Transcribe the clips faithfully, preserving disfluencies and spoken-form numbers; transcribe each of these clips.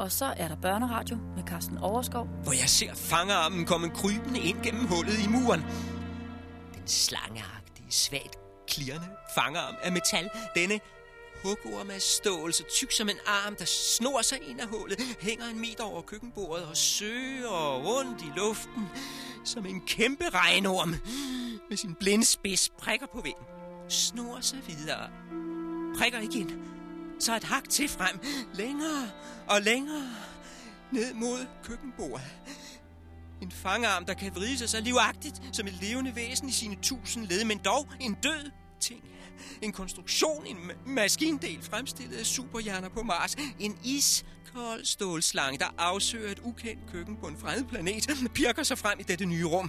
Og så er der børneradio med Carsten Overskov. Hvor jeg ser fangerarmen komme krybende ind gennem hullet i muren. Den slangeagtige, svagt klirrende fangerarm af metal. Denne hugorm af stål, så tyk som en arm, der snor sig ind af hullet, hænger en meter over køkkenbordet og søger rundt i luften som en kæmpe regnorm med sin blinde spids prikker på vinden. Snor sig videre. Prikker igen. Så et hak til frem. Længere og længere ned mod køkkenbordet. En fangarm, der kan vride sig så livagtigt som et levende væsen i sine tusind led, men dog en død ting. En konstruktion, en ma- maskindel fremstillet af superhjerner på Mars. En iskold stålslange, der afsøger et ukendt køkken på en fremmed planet, pirker sig frem i dette nye rum.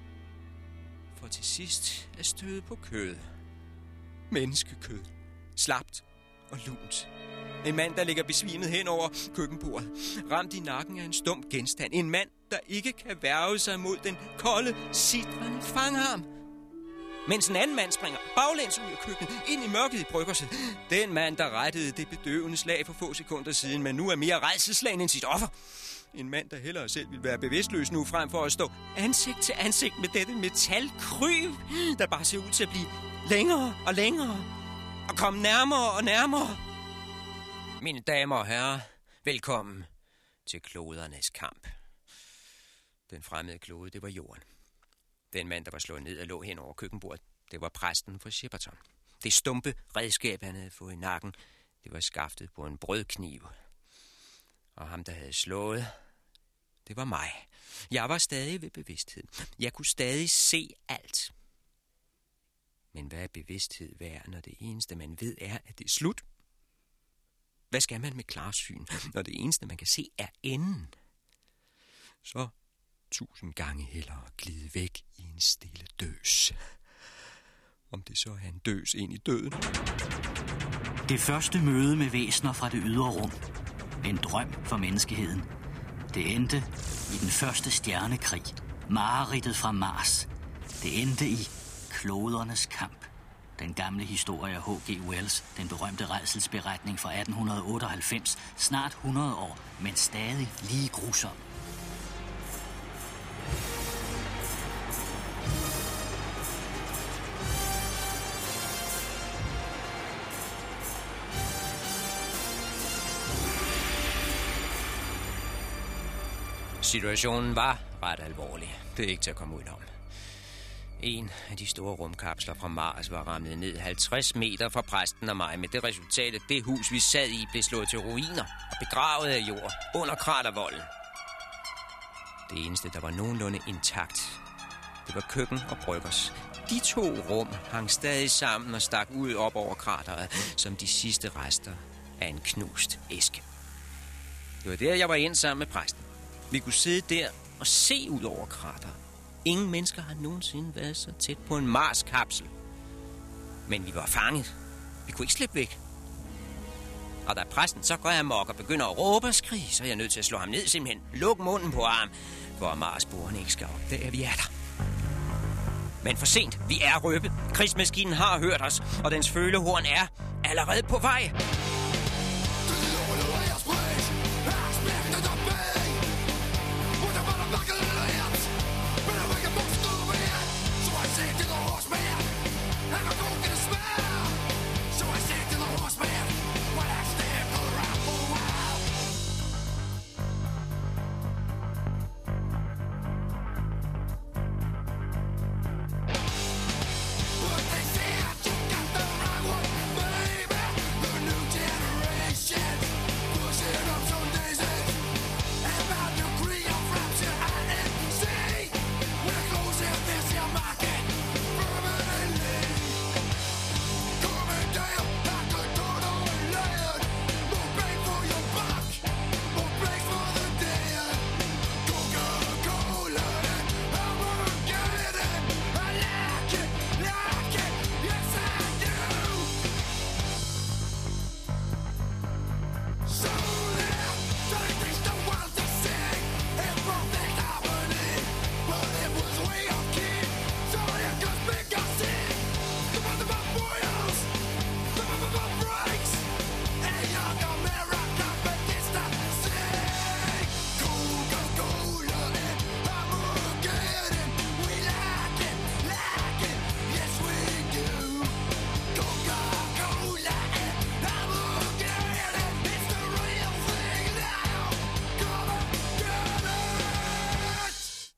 For til sidst er stødet på kød. Menneskekød. Slapt og lunt. En mand, der ligger besvimet hen over køkkenbordet. Ramt i nakken af en stum genstand. En mand, der ikke kan værge sig mod den kolde, sitrende fangarm. Mens en anden mand springer baglæns ud af køkkenet, ind i mørket i bryggerset. Den mand, der rettede det bedøvende slag for få sekunder siden, men nu er mere rædselsslagen end sit offer. En mand, der hellere selv vil være bevidstløs nu, frem for at stå ansigt til ansigt med dette metalkryb, der bare ser ud til at blive længere og længere og komme nærmere og nærmere. Mine damer og herrer, velkommen til klodernes kamp. Den fremmede klode, det var jorden. Den mand, der var slået ned og lå hen over køkkenbordet, det var præsten fra Shepperton. Det stumpe redskab, han havde fået i nakken, det var skaftet på en brødkniv. Og ham, der havde slået, det var mig. Jeg var stadig ved bevidsthed. Jeg kunne stadig se alt. Men hvad er bevidsthed værd, når det eneste, man ved, er, at det er slut? Hvad skal man med klarsyn, når det eneste, man kan se, er enden? Så tusind gange hellere glide væk i en stille døs. Om det så er en døs ind i døden. Det første møde med væsener fra det ydre rum. En drøm for menneskeheden. Det endte i den første stjernekrig. Mareridtet fra Mars. Det endte i klodernes kamp. Den gamle historie af H G Wells, den berømte rædselsberetning fra atten otteoghalvfems, snart hundrede år, men stadig lige grusom. Situationen var ret alvorlig. Det er ikke til at komme udenom. En af de store rumkapsler fra Mars var rammet ned halvtreds meter fra præsten og mig, med det resultat, at det hus, vi sad i, blev slået til ruiner og begravet af jord under kratervolden. Det eneste, der var nogenlunde intakt, det var køkken og bryggers. De to rum hang stadig sammen og stak ud op over krateret, som de sidste rester af en knust æske. Det var der, jeg var ind sammen med præsten. Vi kunne sidde der og se ud over krateret. Ingen mennesker har nogensinde været så tæt på en Mars-kapsel. Men vi var fanget. Vi kunne ikke slippe væk. Og da præsten så går amok og begynder at råbe og skrige, så er jeg nødt til at slå ham ned simpelthen. Luk munden på ham, for at Mars-borgerne ikke skal opdage, at vi er der. Men for sent, vi er røbet. Krigsmaskinen har hørt os, og dens følehorn er allerede på vej. But they say I took out the wrong one, baby. The new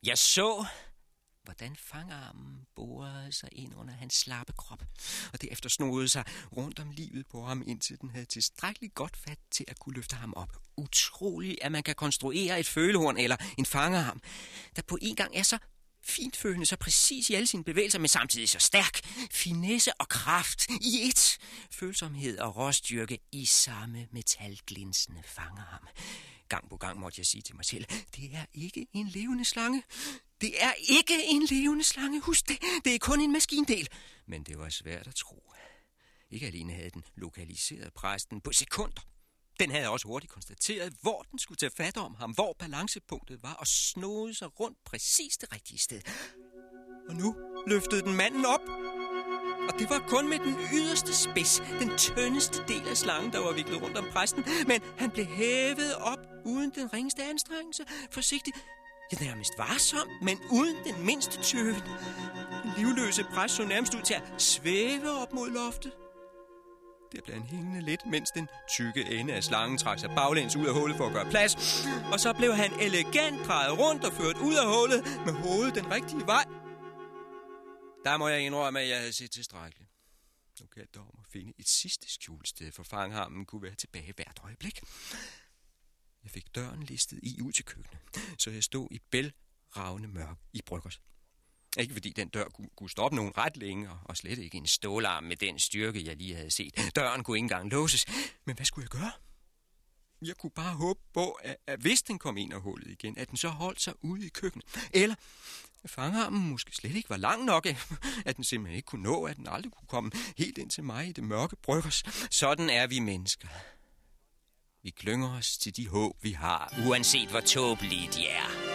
Jeg så, hvordan fangarmen borede sig ind under hans slappe krop, og derefter snodede sig rundt om livet på ham, indtil den havde tilstrækkeligt godt fat til at kunne løfte ham op. Utroligt, at man kan konstruere et følehorn eller en fangarm, der på en gang er så fintfølende, så præcis i alle sine bevægelser, men samtidig så stærk. Finesse og kraft i ét. Følsomhed og råstyrke i samme metalglinsende fangarm. Gang på gang måtte jeg sige til mig selv, det er ikke en levende slange. Det er ikke en levende slange. Husk det. Det er kun en maskindel. Men det var svært at tro. Ikke alene havde den lokaliseret præsten på sekunder. Den havde også hurtigt konstateret, hvor den skulle tage fat om ham, hvor balancepunktet var, og snodede sig rundt præcis det rigtige sted. Og nu løftede den manden op. Og det var kun med den yderste spids, den tyndeste del af slangen, der var viklet rundt om præsten. Men han blev hævet op uden den ringeste anstrengelse, forsigtigt. Ja, nærmest varsom, men uden den mindste tøven. Den livløse præst så nærmest ud til at svæve op mod loftet. Der blev han hængende lidt, mens den tykke ende af slangen trak sig baglæns ud af hullet for at gøre plads. Og så blev han elegant drejet rundt og ført ud af hullet med hovedet den rigtige vej. Der må jeg indrømme, at jeg havde set tilstrækkeligt. Nu gjaldt det om at finde et sidste skjulested, for fangarmen kunne være tilbage hvert øjeblik. Jeg fik døren listet i ud til køkkenet, så jeg stod i bælragende mørke i Bryggers. Ikke fordi den dør kunne, kunne stoppe nogen ret længe, og slet ikke en stålarm med den styrke, jeg lige havde set. Døren kunne ikke engang låses. Men hvad skulle jeg gøre? Jeg kunne bare håbe på, at, at hvis den kom ind af hullet igen, at den så holdt sig ude i køkkenet. Eller at fangarmen måske slet ikke var lang nok, at den simpelthen ikke kunne nå, at den aldrig kunne komme helt ind til mig i det mørke Bryggers. Sådan er vi mennesker. Vi klynger os til de håb, vi har, uanset hvor tåbelige de er.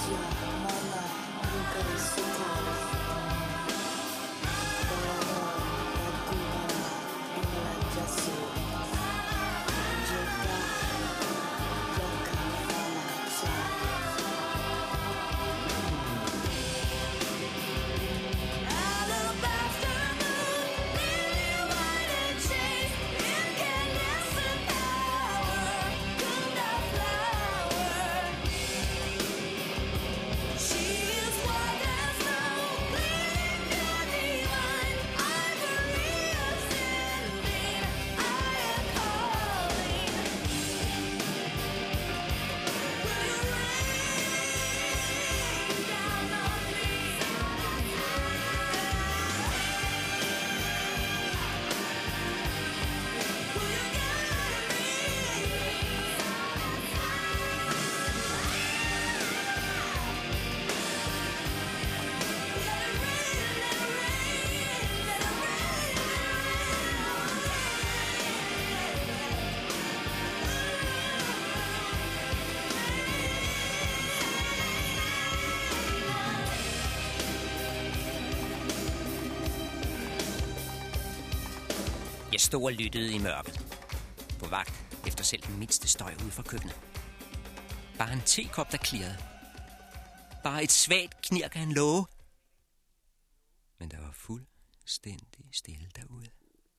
Jeg stod og lyttede i mørket. På vagt efter selv den mindste støj ude fra køkkenet. Bare en tekop, der klirrede. Bare et svagt knirk af en låge. Men der var fuldstændig stille derude.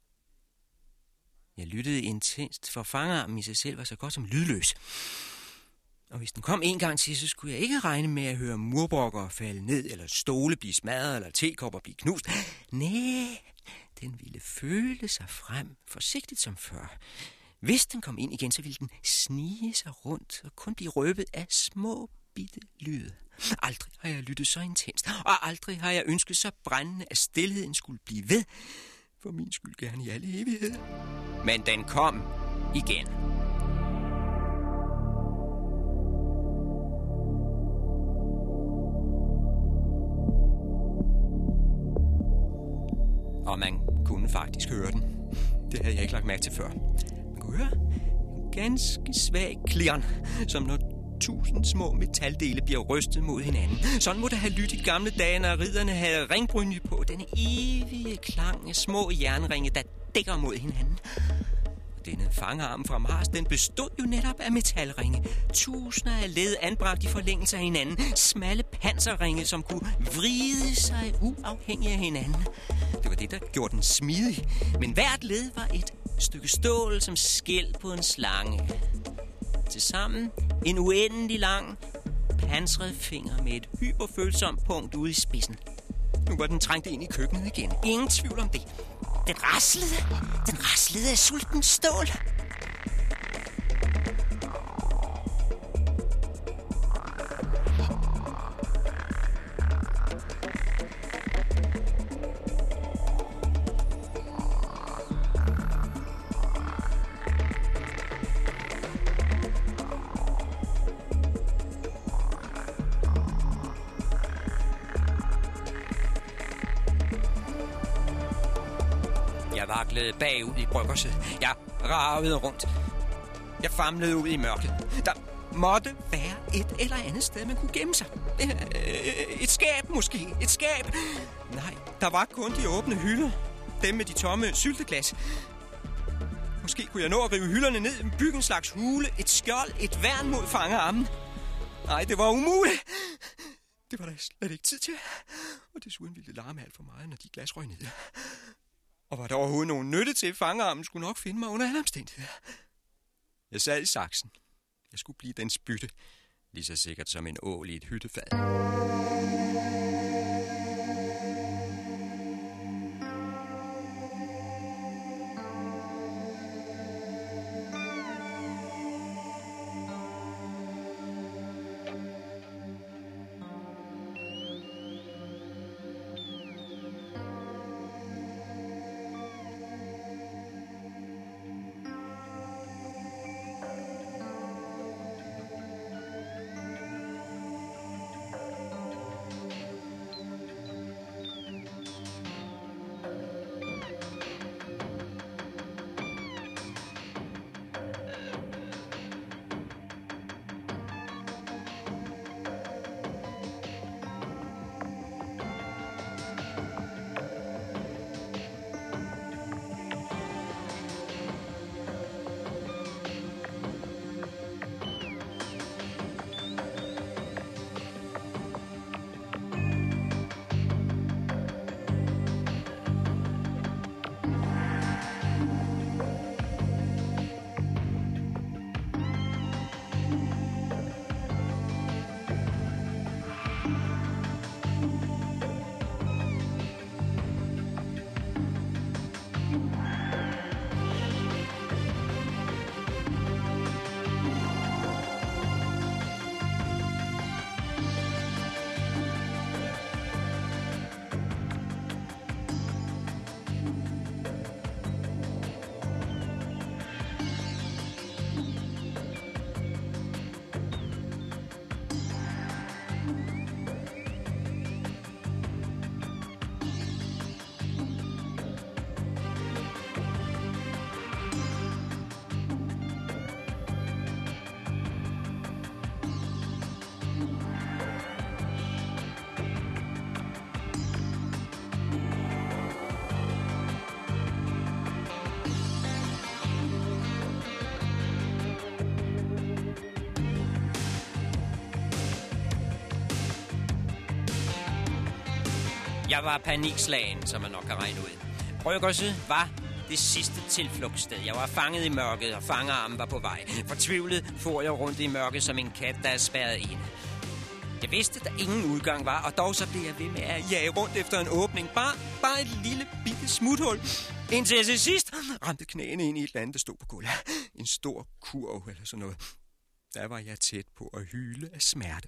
Jeg lyttede intenst, for fangarmen i sig selv var så godt som lydløs. Og hvis den kom en gang til, så skulle jeg ikke regne med at høre murbrokker falde ned, eller stole blive smadret, eller tekopper blive knust. Næh, den ville føle sig frem, forsigtigt som før. Hvis den kom ind igen, så ville den snige sig rundt og kun blive røbet af små bitte lyde. Aldrig har jeg lyttet så intenst, og aldrig har jeg ønsket så brændende, at stilheden skulle blive ved. For min skyld gerne i alle evigheder. Men den kom igen. Og man kunne faktisk høre den. Det havde jeg ikke lagt mærke til før. Man kunne høre en ganske svag klirren, som når tusind små metaldele bliver rystet mod hinanden. Sådan må det have lyttet i gamle dage, når ridderne havde ringbrynje på. Denne evige klang af små jernringe, der dækker mod hinanden. Denne fangarm fra Mars, den bestod jo netop af metalringe. Tusinder af led anbragt i forlængelse af hinanden. Smalle panserringe, som kunne vride sig uafhængigt af hinanden. Det var det, der gjorde den smidig. Men hvert led var et stykke stål som skæl på en slange. Tilsammen en uendelig lang, pansret finger med et hyperfølsomt punkt ude i spidsen. Nu var den trængt ind i køkkenet igen. Ingen tvivl om det. Den raslede. Den raslede af sulten stål. Jeg vaklede bagud i bryggerset. Jeg ravede rundt. Jeg famlede ud i mørket. Der måtte være et eller andet sted, man kunne gemme sig. Et skab måske. Et skab. Nej, der var kun de åbne hylder. Dem med de tomme sylteglas. Måske kunne jeg nå at rive hylderne ned, bygge en slags hule, et skjold, et værn mod fangerarmen. Nej, det var umuligt. Det var der slet ikke tid til. Og desuden ville det larme alt for meget, når de glas røg ned. Og var der overhovedet nogen nytte til, fangerarmen skulle nok finde mig under alle omstændigheder. Jeg sad i saksen. Jeg skulle blive dens bytte, lige så sikkert som en ål i et hyttefad. Jeg var panikslagen, som man nok kan regne ud. Bryggerset var det sidste tilflugtssted. Jeg var fanget i mørket, og fangerarmen var på vej. Fortvivlet for jeg rundt i mørket som en kat, der er spærret inde. Jeg vidste, der ingen udgang var, og dog så blev jeg ved med at jage rundt efter en åbning. Bare, bare et lille bitte smuthul. Indtil jeg til sidst ramte knæene ind i et eller andet, der stod på gulvet. En stor kurv eller sådan noget. Der var jeg tæt på at hyle af smerte.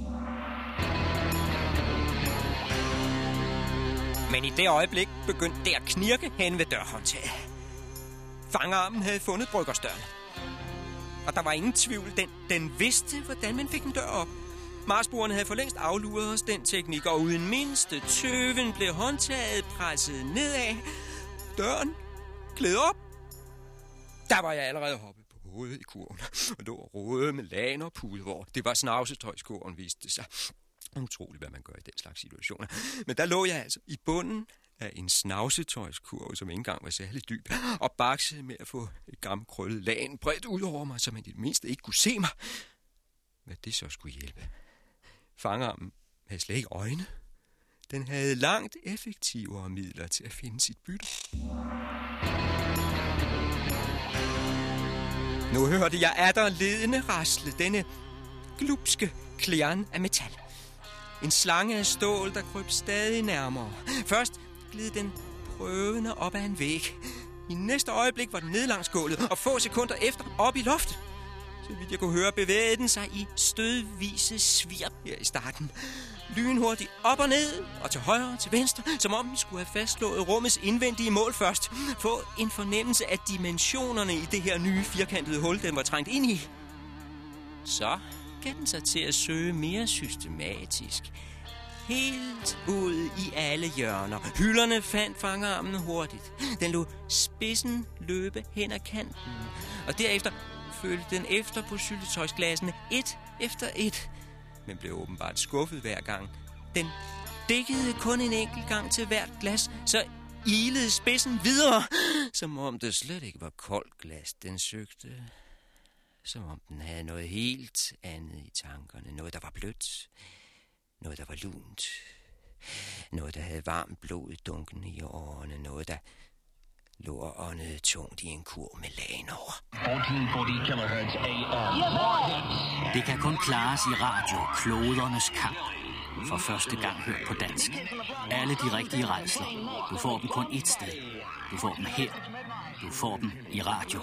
Men i det øjeblik begyndte det at knirke hen ved dørhåndtaget. Fangerarmen havde fundet bryggersdøren. Og der var ingen tvivl, den, den vidste, hvordan man fik en dør op. Marsboerne havde for længst afluret os den teknik, og uden mindste tøven blev håndtaget presset nedad. Døren gled op. Der var jeg allerede hoppet på hovedet i kurven, og lå og rodede med lagen og pudevår. Det var snavsetøjskurven, viste det sig. Utroligt, hvad man gør i den slags situationer. Men der lå jeg altså i bunden af en snavsetøjskurve, som ikke engang var særlig dyb, og baksede med at få et gammelt krøllet lagen bredt ud over mig, så man i det mindste ikke kunne se mig. Hvad det så skulle hjælpe. Fangerarmen havde slet ikke øjne. Den havde langt effektivere midler til at finde sit bytte. Nu hørte jeg atter ledende rasle denne glupske klirren af metal. En slange af stål, der kryb stadig nærmere. Først gled den prøvende op ad en væg. I næste øjeblik var den ned langs gulvet, og få sekunder efter op i loftet. Så vidt jeg kunne høre, bevægede den sig i stødvise svirp her i starten. Lynhurtigt op og ned, og til højre og til venstre, som om den skulle have fastslået rummets indvendige mål først. Få en fornemmelse af dimensionerne i det her nye firkantede hul, den var trængt ind i. Så gav den sig til at søge mere systematisk. Helt ud i alle hjørner. Hylderne fandt fangerarmen hurtigt. Den lå spidsen løbe hen ad kanten, og derefter følte den efter på syltetøjsglassene et efter et, men blev åbenbart skuffet hver gang. Den dækkede kun en enkelt gang til hvert glas, så ilede spidsen videre, som om det slet ikke var koldt glas, den søgte. Som om den havde noget helt andet i tankerne. Noget, der var blødt. Noget, der var lunt. Noget, der havde varmt blod dunkende i årene. Noget, der lå og åndede tungt i en kur med lagen over. Det kan kun klares i radio. Klodernes kamp. For første gang hørt på dansk. Alle de rigtige rædsler. Du får dem kun ét sted. Du får dem her. Du får dem i radio.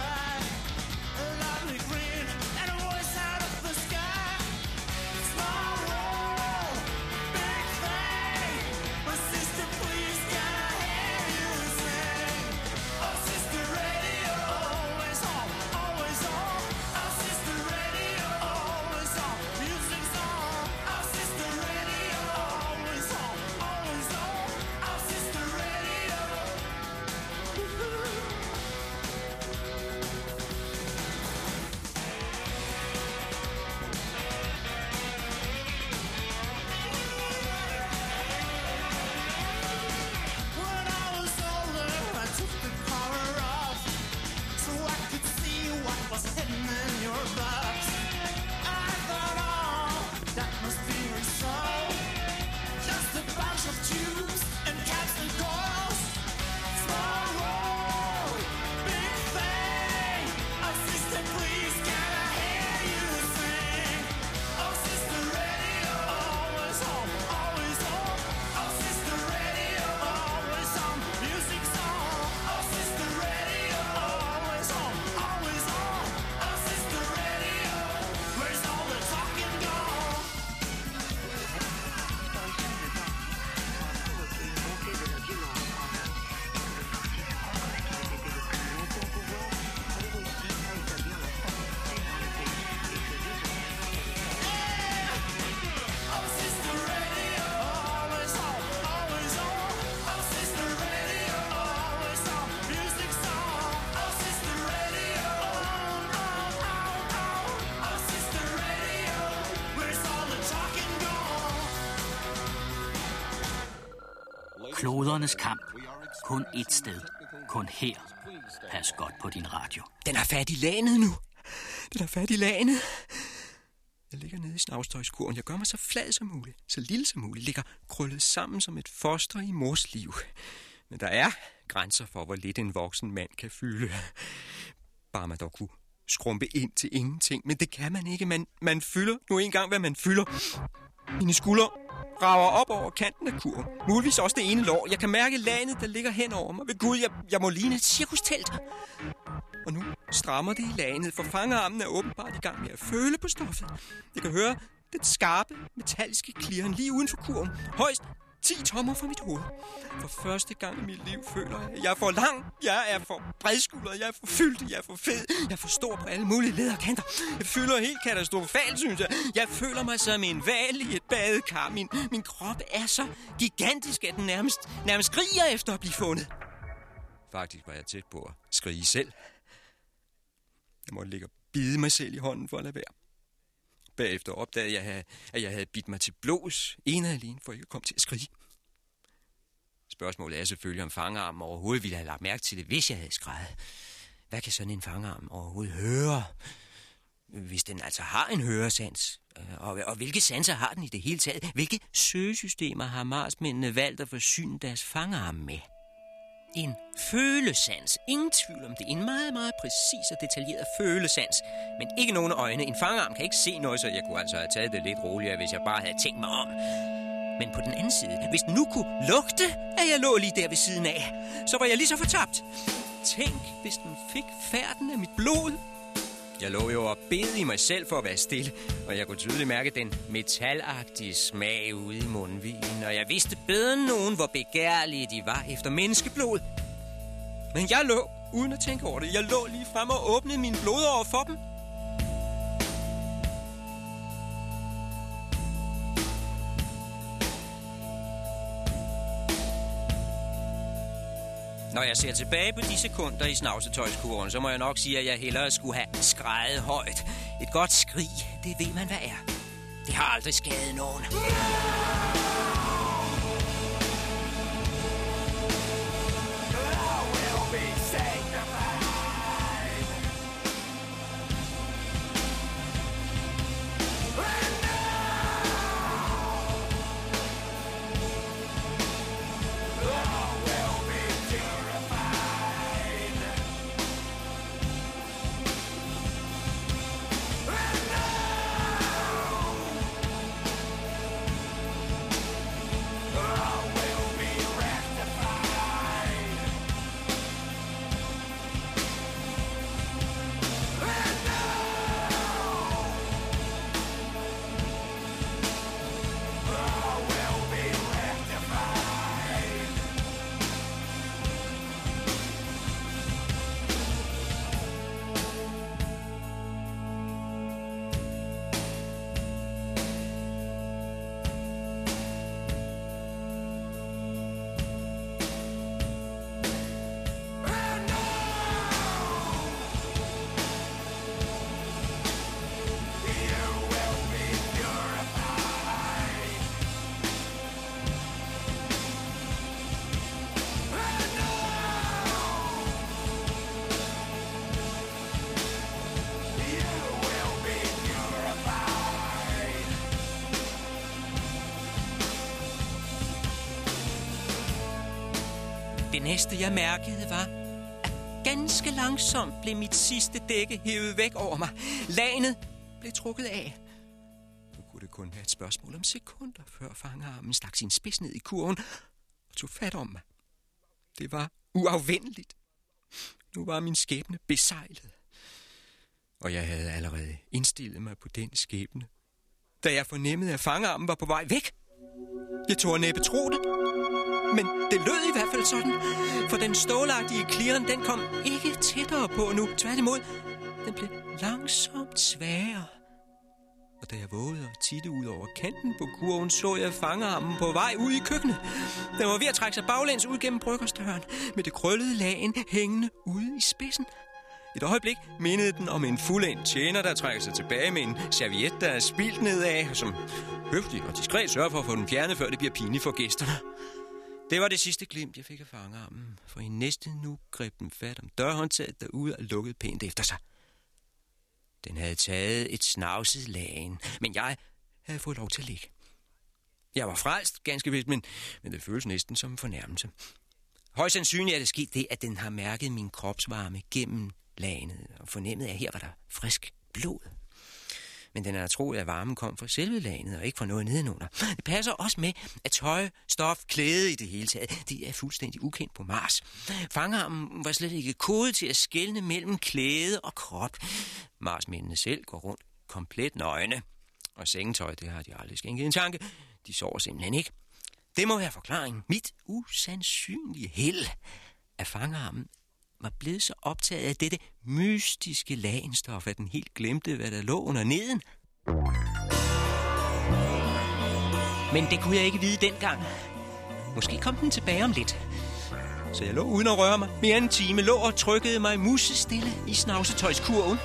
Lovely green and a voice out of the sky. Small Klodernes kamp. Kun ét sted. Kun her. Pas godt på din radio. Den har fat i lagenet nu. Den har fat i lagenet. Jeg ligger nede i snavstøjskurven. Jeg gør mig så flad som muligt. Så lille som muligt. Ligger krøllet sammen som et foster i mors liv. Men der er grænser for, hvor lidt en voksen mand kan fylde. Bare man dog kunne skrumpe ind til ingenting. Men det kan man ikke. Man, man fylder nu engang, hvad man fylder. Mine skuldre rager op over kanten af kurven. Muligvis også det ene lår. Jeg kan mærke lagenet, der ligger hen over mig. Ved Gud, jeg, jeg må ligne et cirkustelt. Og nu strammer det i lagenet, for fangerarmen er åbenbart i gang med at føle på stoffet. Jeg kan høre den skarpe, metalliske klirren lige uden for kurven. Højst ti tommer fra mit hoved. For første gang i mit liv føler jeg, at jeg er for lang, jeg er for bredskuldret, jeg er for fyldt, jeg er for fed, jeg er for stor på alle mulige lederkanter. Jeg føler helt katastrofalt, synes jeg. Jeg føler mig som en hval i et badekar. Min, min krop er så gigantisk, at den nærmest, nærmest skriger efter at blive fundet. Faktisk var jeg tæt på at skrige selv. Jeg måtte ligge og bide mig selv i hånden for at lade være. Bagefter opdagede jeg, at jeg havde bidt mig til blods, ene og alene, for ikke at komme til at skrige. Spørgsmålet er selvfølgelig, om fangerarmen overhovedet ville have lagt mærke til det, hvis jeg havde skreget. Hvad kan sådan en fangerarm overhovedet høre? Hvis den altså har en høresans. Og, og hvilke sanser har den i det hele taget? Hvilke søgesystemer har marsmændene valgt at forsyne deres fangerarme med? En følesans. Ingen tvivl om det. En meget, meget præcis og detaljeret følesans. Men ikke nogen øjne. En fangerarm kan ikke se noget, så jeg kunne altså have taget det lidt roligere, hvis jeg bare havde tænkt mig om. Men på den anden side, hvis den nu kunne lugte, at jeg lå lige der ved siden af, så var jeg lige så fortabt. Tænk, hvis den fik færden af mit blod. Jeg lå jo og bed i mig selv for at være stille, og jeg kunne tydeligt mærke den metalagtige smag ude i mundvigen, og jeg vidste bedre end nogen, hvor begærlige de var efter menneskeblod. Men jeg lå, uden at tænke over det, jeg lå lige frem og åbnede mine blodårer for dem. Når jeg ser tilbage på de sekunder i snavsetøjskurven, så må jeg nok sige, at jeg hellere skulle have skreget højt. Et godt skrig, det ved man, hvad er. Det har aldrig skadet nogen. Det næste, jeg mærkede, var, at ganske langsomt blev mit sidste dække hævet væk over mig. Lagenet blev trukket af. Nu kunne det kun være et spørgsmål om sekunder, før fangerarmen stak sin spids ned i kurven og tog fat om mig. Det var uafvendeligt. Nu var min skæbne besejlet. Og jeg havde allerede indstillet mig på den skæbne, da jeg fornemmede, at fangerarmen var på vej væk. Jeg tog næppe tro det. Men det lød i hvert fald sådan, for den stålagtige klirren, den kom ikke tættere på nu. Tværtimod, den blev langsomt svagere. Og da jeg vågede at titte ud over kanten på kurven, så jeg fangerarmen på vej ud i køkkenet. Den var ved at trække sig baglæns ud gennem bryggersdøren, med det krøllede lagen hængende ude i spidsen. Et øjeblik mindede den om en fuldendt tjener, der trækker sig tilbage med en serviet, der er spildt nedad, som høfligt og diskret sørger for at få den fjernet, før det bliver pinligt for gæsterne. Det var det sidste glimt, jeg fik af fangarmen, for i næste nu greb den fat om dørhåndtaget derude og lukkede pænt efter sig. Den havde taget et snavset lagen, men jeg havde fået lov til at ligge. Jeg var frelst, ganske vist, men, men det føles næsten som en fornærmelse. Højst sandsynligt er det sket det, at den har mærket min kropsvarme gennem lagenet og fornemmet, at her var der frisk blod. Men den har troet, at varmen kom fra selve lagenet og ikke fra noget nedenunder. Det passer også med, at tøj, stof, klæde i det hele taget, det er fuldstændig ukendt på Mars. Fangarmen var slet ikke kodet til at skelne mellem klæde og krop. Marsmændene selv går rundt komplet nøgne. Og sengetøj, det har de aldrig skænket en tanke. De sover simpelthen ikke. Det må være forklaringen. Mit usandsynlige held, at fangarmen var blevet så optaget af dette mystiske lagenstof, at den helt glemte, hvad der lå under neden. Men det kunne jeg ikke vide dengang. Måske kom den tilbage om lidt. Så jeg lå uden at røre mig. Mere end en time lå og trykkede mig musestille i snavsetøjskurven.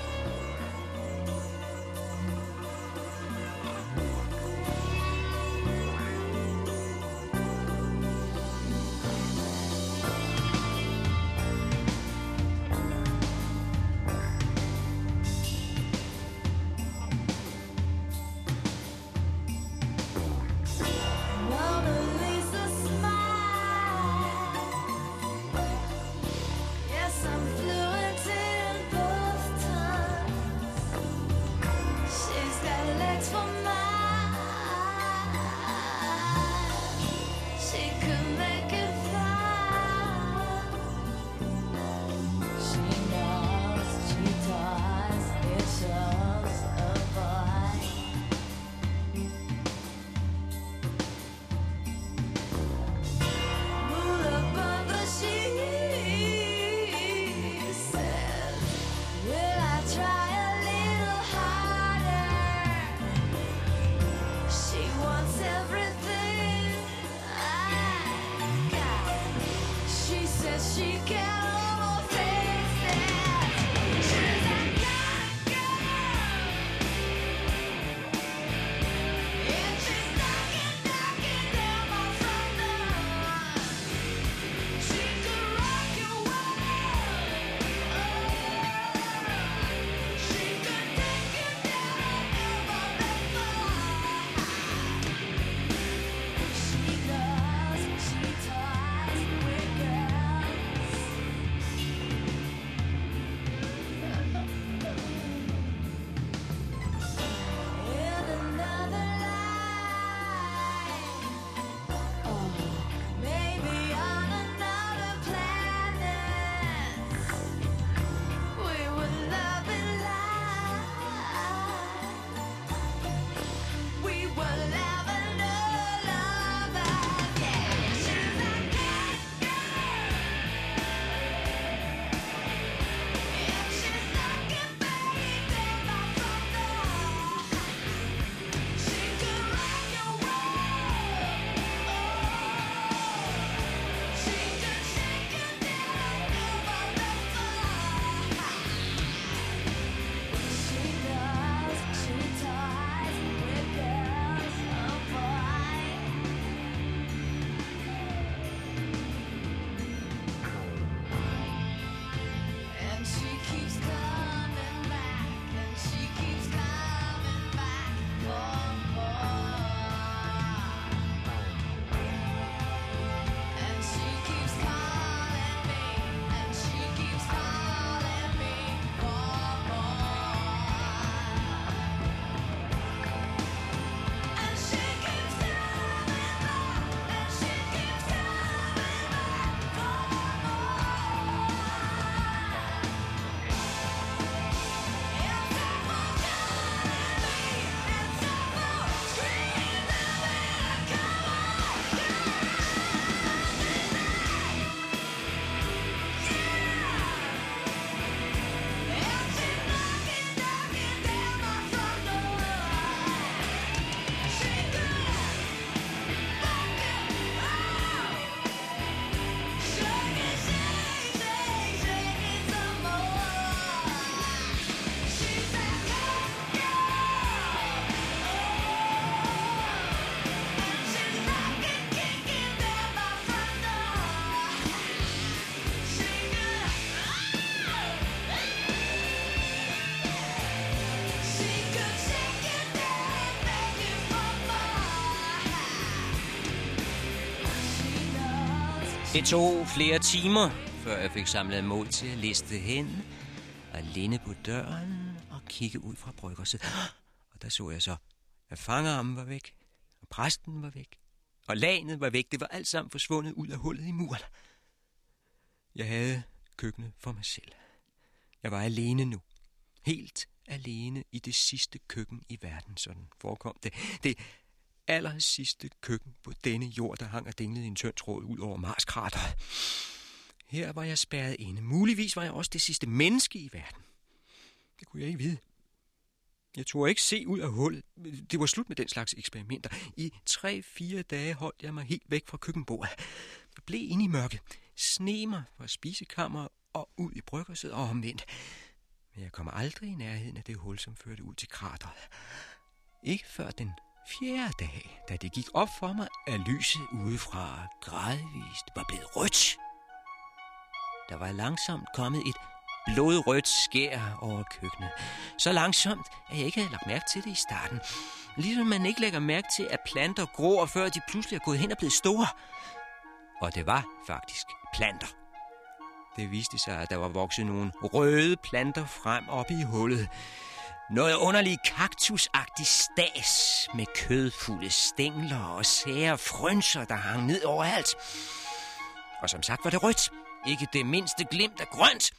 Det tog flere timer, før jeg fik samlet mod til at liste hen og linde på døren og kigge ud fra bryggerset. Og der så jeg så, at fangerarmen var væk, og præsten var væk, og lagenet var væk. Det var alt sammen forsvundet ud af hullet i muren. Jeg havde køkkenet for mig selv. Jeg var alene nu. Helt alene i det sidste køkken i verden, sådan forekom det. Det aller sidste køkken på denne jord, der hang og dinglede i en tynd tråd ud over Marskrateret. Her var jeg spærret inde. Muligvis var jeg også det sidste menneske i verden. Det kunne jeg ikke vide. Jeg turde ikke se ud af hullet. Det var slut med den slags eksperimenter. I tre-fire dage holdt jeg mig helt væk fra køkkenbordet. Jeg blev inde i mørket. Sne mig fra spisekammer og ud i bryggerset og omvendt. Men jeg kom aldrig i nærheden af det hul, som førte ud til krateret. Ikke før den fjerde dag, da det gik op for mig, at lyset udefra gradvist var blevet rødt. Der var langsomt kommet et blodrødt skær over køkkenet. Så langsomt, at jeg ikke havde lagt mærke til det i starten. Ligesom man ikke lægger mærke til, at planter gror, før de pludselig er gået hen og blevet store. Og det var faktisk planter. Det viste sig, at der var vokset nogle røde planter frem op i hullet. Noget underligt kaktusagtigt stas med kødfulde stængler og sære frønser, der hang ned overalt. Og som sagt var det rødt. Ikke det mindste glimt af grønt.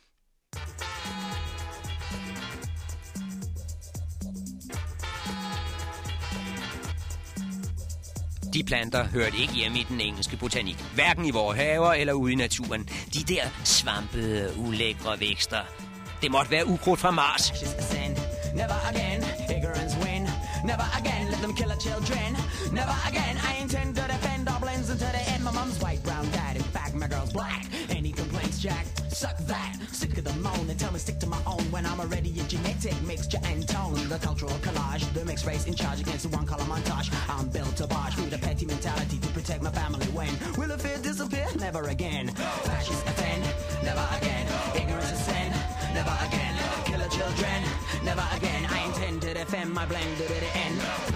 De planter hørte ikke hjemme i den engelske botanik. Hverken i vores haver eller ude i naturen. De der svampede, ulækre vækster. Det måtte være ukrudt fra Mars. Never again, ignorance win. Never again, let them kill our children. Never again, I intend to defend our blends until the end. My mom's white, brown, dad. In fact, my girl's black. Any complaints, Jack? Suck that. Sick of the moan and tell me stick to my own when I'm already a genetic mixture and tone. The cultural collage, the mixed race in charge against the one color montage. I'm built to barge through the petty mentality to protect my family. When will the fear disappear? Never again. Fascists offend. Never again. Ignorance is sin. Never again. Kill our children. Never again. I intend to defend my blend to the end.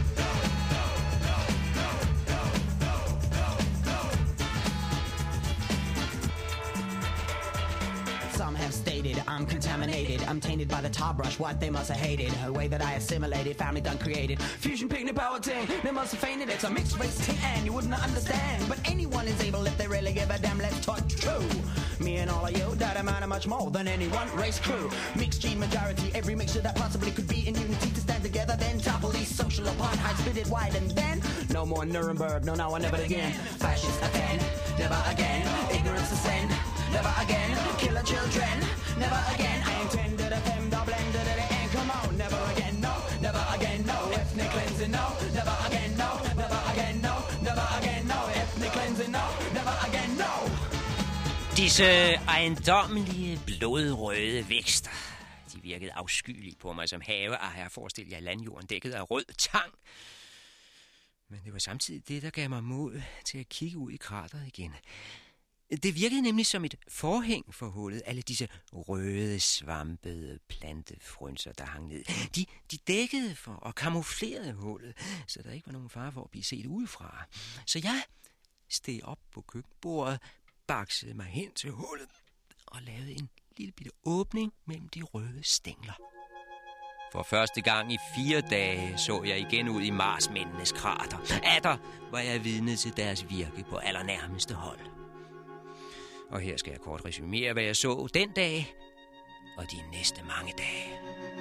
Some have stated I'm contaminated. I'm tainted by the tar brush. What they must have hated. The way that I assimilated, family done created. Fusion picnic power ting. They must have fainted. It's a mixed race ting and you wouldn't understand. But anyone is able if they really give a damn. Let's talk true. Me and all of you, that amount of much more than any one race crew. Mixed gene majority, every mixture that possibly could be in unity to stand together. Then topple these social apartheid, spit it wide and then no more Nuremberg, no now or never again. Fascists offend, never again. Ignorance is sin, never again. Kill our children, never again. I intend to defend our blend to the end. Come on, never again, no, never again, no. Ethnic cleansing, no, never again, no, never again, no, never again, no. Ethnic cleansing, no, never again, no. Disse ejendommelige, blodrøde vækster, de virkede afskyelige på mig som haveejer. Forestil jer landjorden dækket af rød tang. Men det var samtidig det, der gav mig mod til at kigge ud i krateret igen. Det virkede nemlig som et forhæng for hullet. Alle disse røde, svampede plantefrønser, der hang ned. De, de dækkede for og kamuflerede hullet, så der ikke var nogen fare for at blive set udefra. Så jeg steg op på køkkenbordet, baksede mig hen til hullet og lavede en lille bitte åbning mellem de røde stængler. For første gang i fire dage så jeg igen ud i Marsmændenes krater. Atter var jeg vidne til deres virke på allernærmeste hold. Og her skal jeg kort resumere, hvad jeg så den dag og de næste mange dage.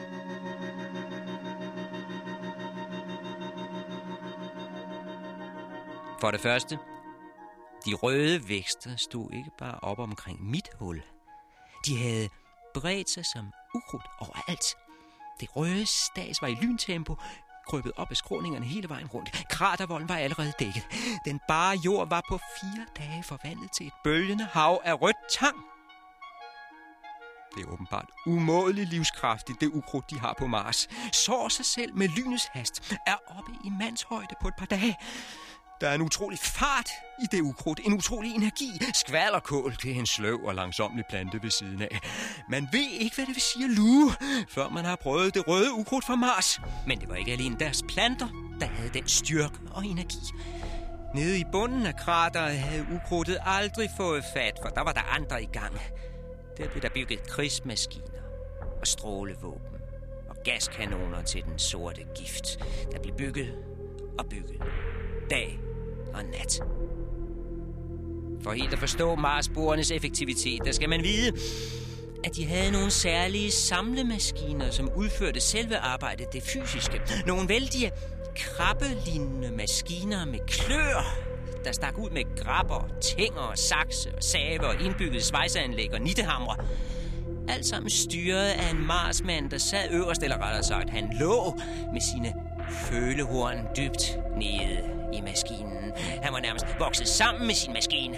For det første, de røde vækster stod ikke bare op omkring mit hul. De havde bredt sig som ukrudt overalt. Det røde stas var i lyntempo, krøbet op af skråningerne hele vejen rundt. Kratervolden var allerede dækket. Den bare jord var på fire dage forvandlet til et bølgende hav af rødt tang. Det er åbenbart umådeligt livskraftigt, det ukrudt, de har på Mars. Sår sig selv med lynets hast, er oppe i mandshøjde på et par dage. Der er en utrolig fart i det ukrudt, en utrolig energi. Skvalderkål, det er en sløv og langsomlig plante ved siden af. Man ved ikke, hvad det vil sige at luge, før man har prøvet det røde ukrudt fra Mars. Men det var ikke alene deres planter, der havde den styrke og energi. Nede i bunden af krateret havde ukrudtet aldrig fået fat, for der var der andre i gang. Der blev der bygget krigsmaskiner og strålevåben og gaskanoner til den sorte gift. Der blev bygget og bygget, dag og nat. For helt at forstå Marsboernes effektivitet, der skal man vide, at de havde nogle særlige samlemaskiner, som udførte selve arbejdet, det fysiske. Nogle vældige krabbelignende maskiner med klør, der stak ud med grabber, tænger, sakse og save og indbygget svejseanlæg og nittehamre. Alt sammen styret af en marsmand, der sad øverst, eller rettere sagt, han lå med sine følehorn dybt nede i maskinen. Han var nærmest vokset sammen med sin maskine.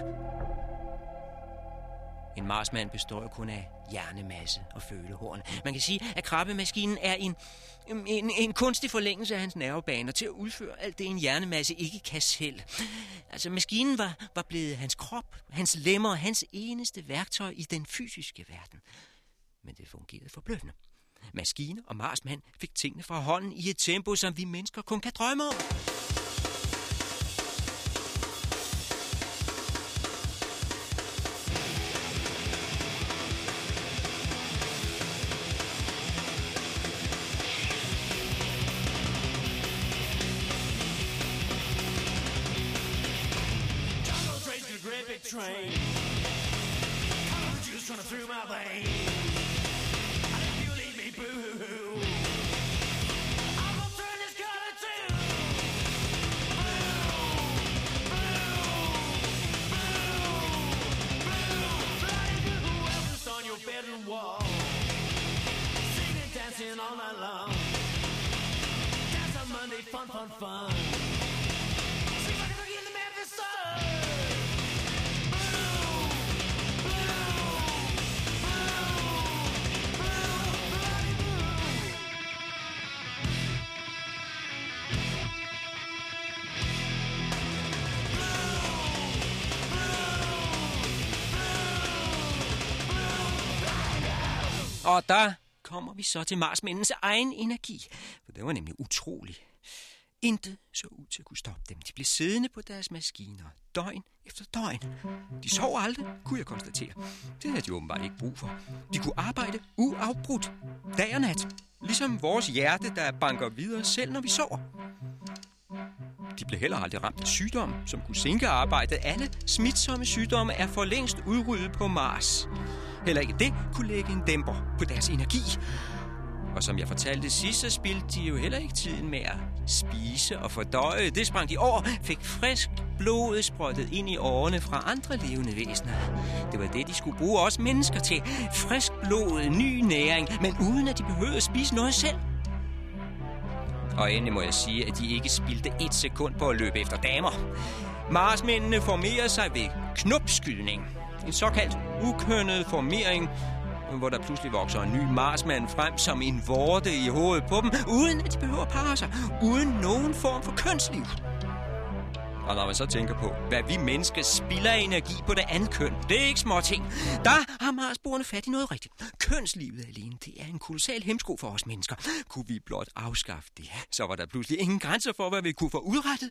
En marsmand består jo kun af hjernemasse og følehorn. Man kan sige, at krabbemaskinen er en, en, en kunstig forlængelse af hans nervebaner til at udføre alt det, en hjernemasse ikke kan selv. Altså, maskinen var, var blevet hans krop, hans lemmer, hans eneste værktøj i den fysiske verden. Men det fungerede forbløffende. Maskine og marsmand fik tingene fra hånden i et tempo, som vi mennesker kun kan drømme om. Train, juice running through my veins. And if you leave me, boo, I'm gonna turn this color to blue, blue, blue, blue. Bloody blue, whoever's on your bedroom wall, singing, dancing all night long. Dance on Monday, fun, fun, fun. Seems like I'm in the Memphis sun. Og der kommer vi så til marsmændenes egen energi, for det var nemlig utrolig. Intet så ud til at kunne stoppe dem. De blev siddende på deres maskiner, døgn efter døgn. De sov aldrig, kunne jeg konstatere. Det havde de åbenbart ikke brug for. De kunne arbejde uafbrudt, dag og nat. Ligesom vores hjerte, der banker videre selv, når vi sover. De blev heller aldrig ramt af sygdom, som kunne sinke arbejdet. Alle smitsomme sygdomme er for længst udryddet på Mars. Heller ikke det kunne lægge en dæmper på deres energi. Og som jeg fortalte sidst, så spildte de jo heller ikke tiden med at spise og fordøje. Det sprang de over, fik frisk blod sprøjtet ind i årene fra andre levende væsener. Det var det, de skulle bruge os mennesker til. Frisk blod, ny næring, men uden at de behøvede at spise noget selv. Og endelig må jeg sige, at de ikke spildte et sekund på at løbe efter damer. Marsmændene formerer sig ved knopskydning. En såkaldt ukønnet formering, hvor der pludselig vokser en ny marsmand frem som en vorte i hovedet på dem, uden at de behøver at parre sig, uden nogen form for kønsliv. Og når man så tænker på, hvad vi mennesker spilder energi på det andet køn, det er ikke små ting. Der har Marsboerne fat i noget rigtigt. Kønslivet alene, det er en kolossal hemsko for os mennesker. Kunne vi blot afskaffe det, så var der pludselig ingen grænser for, hvad vi kunne få udrettet.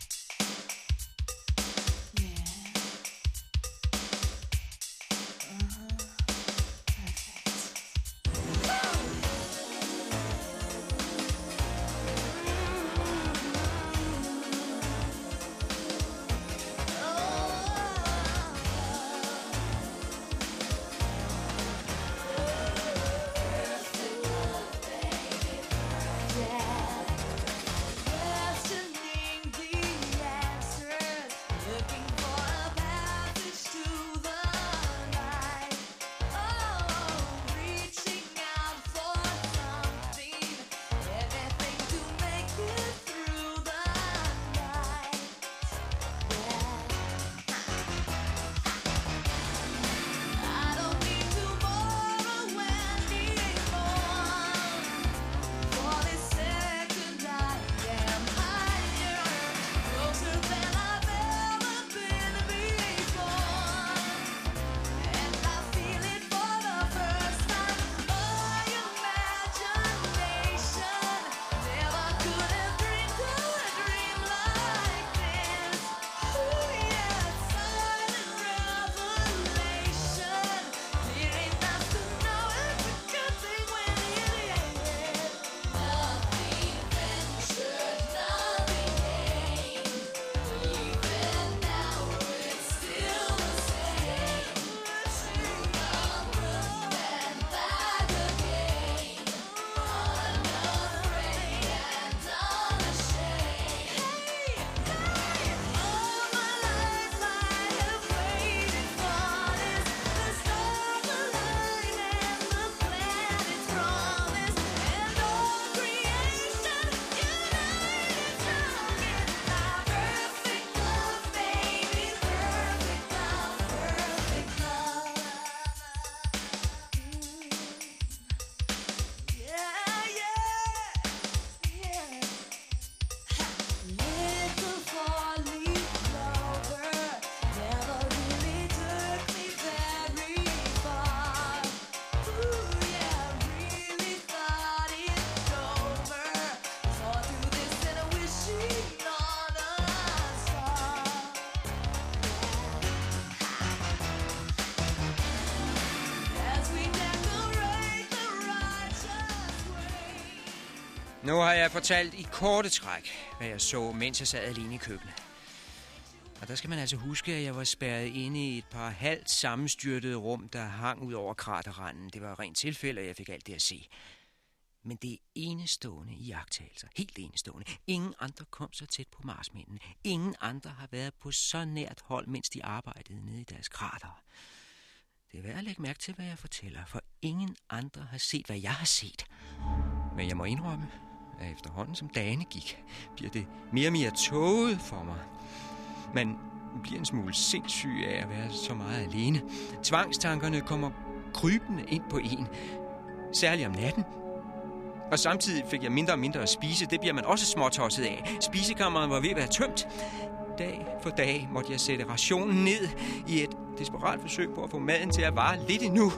Nu har jeg fortalt i korte træk, hvad jeg så, mens jeg sad alene i køkkenet. Og der skal man altså huske, at jeg var spærret inde i et par halvt sammenstyrtede rum, der hang ud over kraterranden. Det var rent tilfælde, og jeg fik alt det at se. Men det er enestående iagttagelser. Helt enestående. Ingen andre kom så tæt på marsmændene. Ingen andre har været på så nært hold, mens de arbejdede nede i deres krater. Det er værd at lægge mærke til, hvad jeg fortæller, for ingen andre har set, hvad jeg har set. Men jeg må indrømme, at efterhånden som dagene gik, bliver det mere og mere tåget for mig. Man bliver en smule sindssyg af at være så meget alene. Tvangstankerne kommer krybende ind på en, særligt om natten. Og samtidig fik jeg mindre og mindre at spise. Det bliver man også småtosset af. Spisekammeret var ved at være tømt. Dag for dag måtte jeg sætte rationen ned i et desperat forsøg på at få maden til at vare lidt endnu.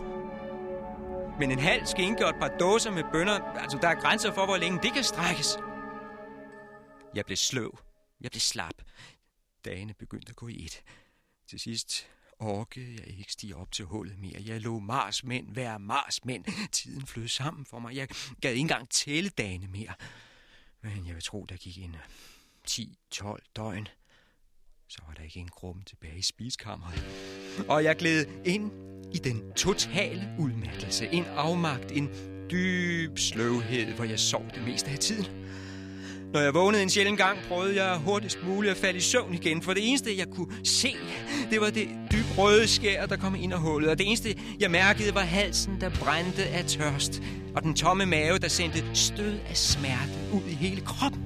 Men en halv skinke og et par dåser med bønner, altså der er grænser for, hvor længe det kan strækkes. Jeg blev sløv. Jeg blev slap. Dagene begyndte at gå i et. Til sidst orkede jeg ikke stige op til hullet mere. Jeg lå marsmænd være marsmænd. Tiden flød sammen for mig. Jeg gad ikke engang tælle dagene mere. Men jeg vil tro, der gik en ti tolv døgn. Så var der ikke en grumme tilbage i spiskammeret. Og jeg gled ind i den totale udmattelse. En afmagt, en dyb sløvhed, hvor jeg sov det meste af tiden. Når jeg vågnede en sjælden gang, prøvede jeg hurtigst muligt at falde i søvn igen. For det eneste, jeg kunne se, det var det dyb røde skær, der kom ind af hullet. Og det eneste, jeg mærkede, var halsen, der brændte af tørst. Og den tomme mave, der sendte stød af smerte ud i hele kroppen.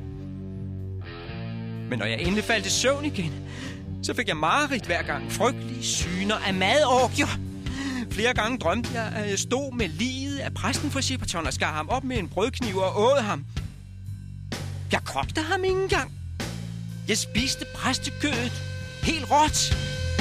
Men når jeg endelig faldt i søvn igen, så fik jeg mareridt hver gang. Frygtelige syner af madorgier. Flere gange drømte jeg, at jeg stod med liget af præsten for Shepperton og skar ham op med en brødkniv og åd ham. Jeg kogte ham ikke engang. Jeg spiste præstekødet helt råt.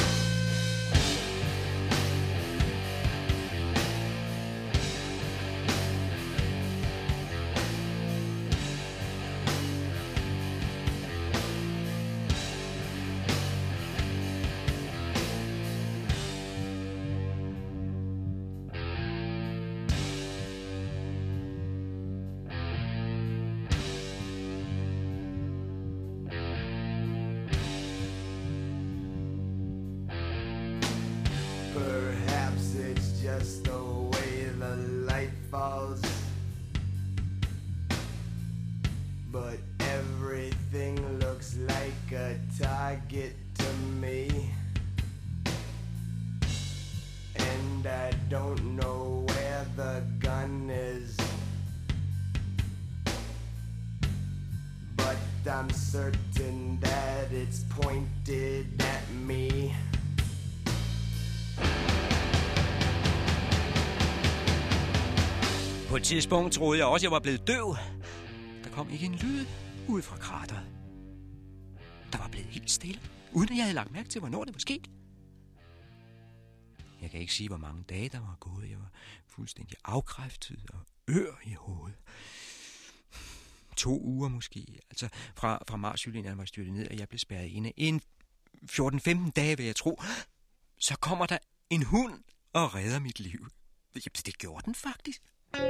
Just the way the light falls, but everything looks like a target to me, and I don't know where the gun is, but I'm certain that it's pointed at me. På et tidspunkt troede jeg også, jeg var blevet døv. Der kom ikke en lyd ud fra krateret. Der var blevet helt stille, uden at jeg havde lagt mærke til, hvornår det var sket. Jeg kan ikke sige, hvor mange dage der var gået. Jeg var fuldstændig afkræftet og ør i hovedet. To uger måske. Altså fra, fra Mars-cylinderen var styrtet ned, og jeg blev spærret inde. En fjorten femten dage, vil jeg tro. Så kommer der en hund og redder mit liv. Det gjorde den faktisk.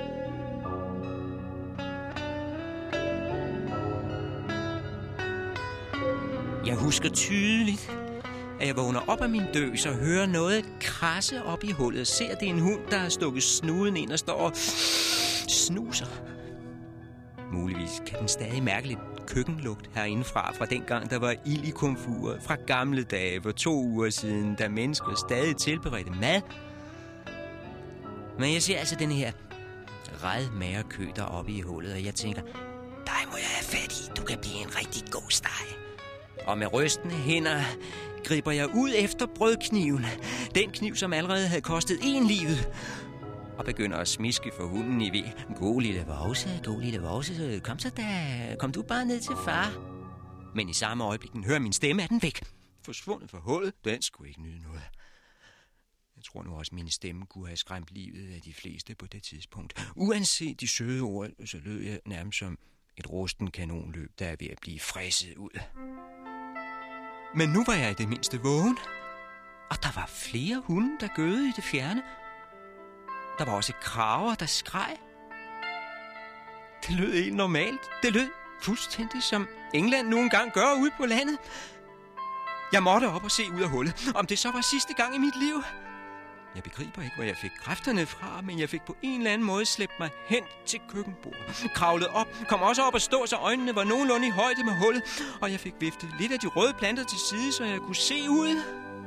Jeg husker tydeligt, at jeg vågner op af min døs og hører noget krasse op i hullet og ser, at det er en hund, der har stukket snuden ind og står og snuser. Muligvis kan den stadig mærke lidt køkkenlugt herindefra, fra dengang der var ild i komfuret, fra gamle dage for to uger siden, da mennesker stadig tilberedte mad. Men jeg ser altså den her redmagerkø deroppe i hullet, og jeg tænker, dig må jeg have fat i, du kan blive en rigtig god steg. Og med rystende hænder griber jeg ud efter brødkniven, den kniv, som allerede havde kostet en livet, og begynder at smiske for hunden i ved. God lille vovse, god lille vovse, kom så da, kom du bare ned til far. Men i samme øjeblik, den hører min stemme, er den væk. Forsvundet fra hullet, den skulle ikke nyde noget. Jeg tror nu også, at min stemme kunne have skræmt livet af de fleste på det tidspunkt. Uanset de søde ord, så lød jeg nærmest som et rusten kanonløb, der er ved at blive fræset ud. Men nu var jeg i det mindste vågen, og der var flere hunde, der gøede i det fjerne. Der var også kraver, der skreg. Det lød helt normalt. Det lød fuldstændig som England nogle gange gør ude på landet. Jeg måtte op og se ud af hullet, om det så var sidste gang i mit liv. Jeg begriber ikke, hvor jeg fik kræfterne fra, men jeg fik på en eller anden måde slæbt mig hen til køkkenbordet. Kravlede op, kom også op og stå, så øjnene var nogenlunde i højde med hullet, og jeg fik viftet lidt af de røde planter til side, så jeg kunne se ud.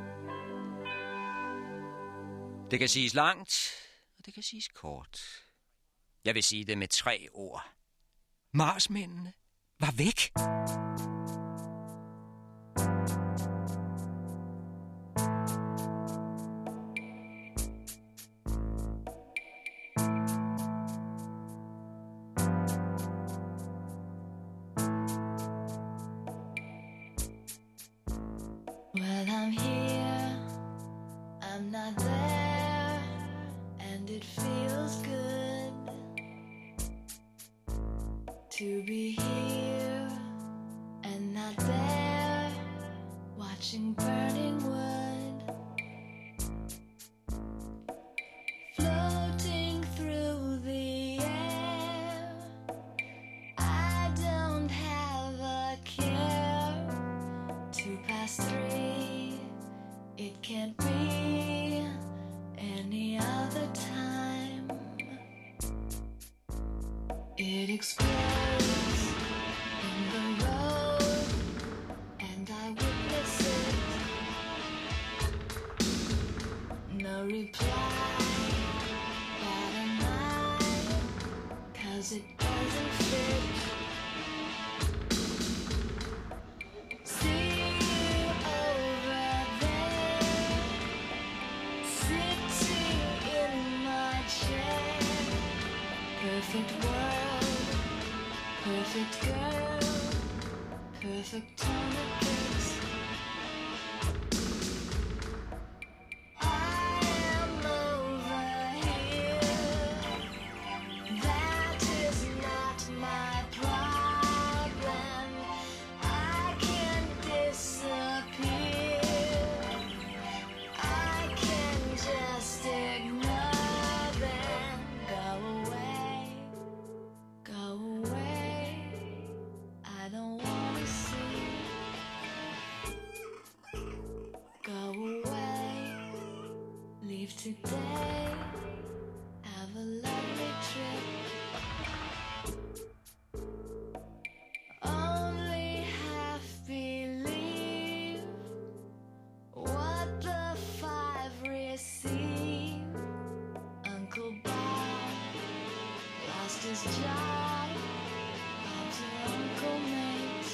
Det kan siges langt, og det kan siges kort. Jeg vil sige det med tre ord. Marsmændene var væk. Well, I'm here, I'm not there, and it feels good to be here and not there, watching burning wood floating through the air. I don't have a care to pass three. It can't be any other time. It explodes in the road, and I witness it. No reply, bad am I, 'cause it doesn't fit. See you over there, sitting in my chair. Perfect world, perfect girl, perfect tone of kiss. I am over here. That is not my problem. I can disappear. I can just ignore them. Go away, go away. I don't wanna see. Go away, leave today. Have a lovely trip. Only half believe what the five receive. Uncle Bob lost his job. Bob's an uncle mate.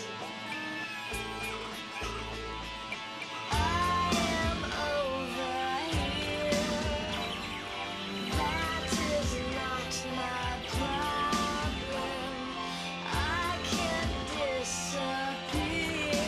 I am over here. That is not my problem. I can disappear.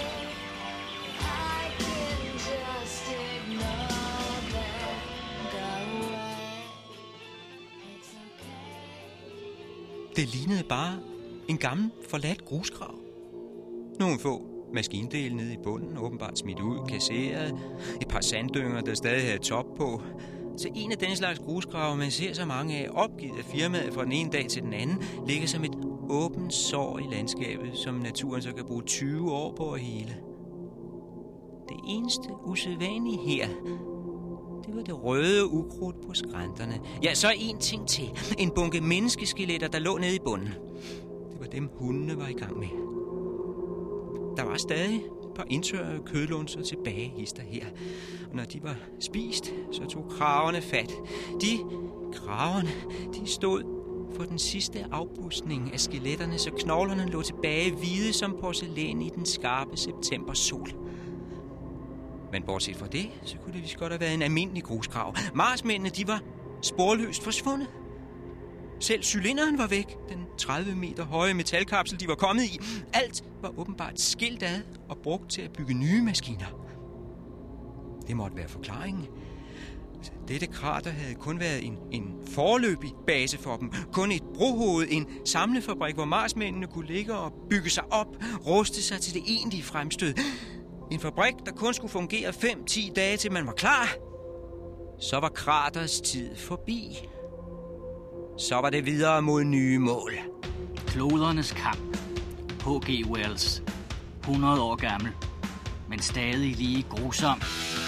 I can just ignore them. Go away. It's okay. Det lignede bare en gammel forladt grusgrav. Nogle få maskindele nede i bunden, åbenbart smidt ud, kasseret. Et par sanddynger, der stadig havde top på. Så en af den slags grusgrave, man ser så mange af, opgivet af firmaet fra den ene dag til den anden, ligger som et åbent sår i landskabet, som naturen så kan bruge tyve år på at hele. Det eneste usædvanlige her, det var det røde ukrudt på skrænterne. Ja, så en ting til. En bunke menneskeskeletter, der lå nede i bunden. Det var dem, hundene var i gang med. Der var stadig et par indtørrede kødlunser tilbage, hister her. Og når de var spist, så tog kraverne fat. De kraverne, de stod for den sidste afpudsning af skeletterne, så knoglerne lå tilbage hvide som porcelæn i den skarpe septembersol. Men bortset fra det, så kunne det vist godt have været en almindelig grusgrav. Marsmændene, de var sporløst forsvundet. Selv cylinderen var væk. Den tredive meter høje metalkapsel, de var kommet i. Alt var åbenbart skilt ad og brugt til at bygge nye maskiner. Det måtte være forklaringen. Dette krater havde kun været en, en foreløbig base for dem. Kun et brohoved, en samlefabrik, hvor marsmændene kunne ligge og bygge sig op, ruste sig til det egentlige fremstød. En fabrik, der kun skulle fungere fem til ti dage, til man var klar. Så var kraters tid forbi. Så var det videre mod nye mål. Klodernes kamp. H G Wells. hundrede år gammel, men stadig lige grusom.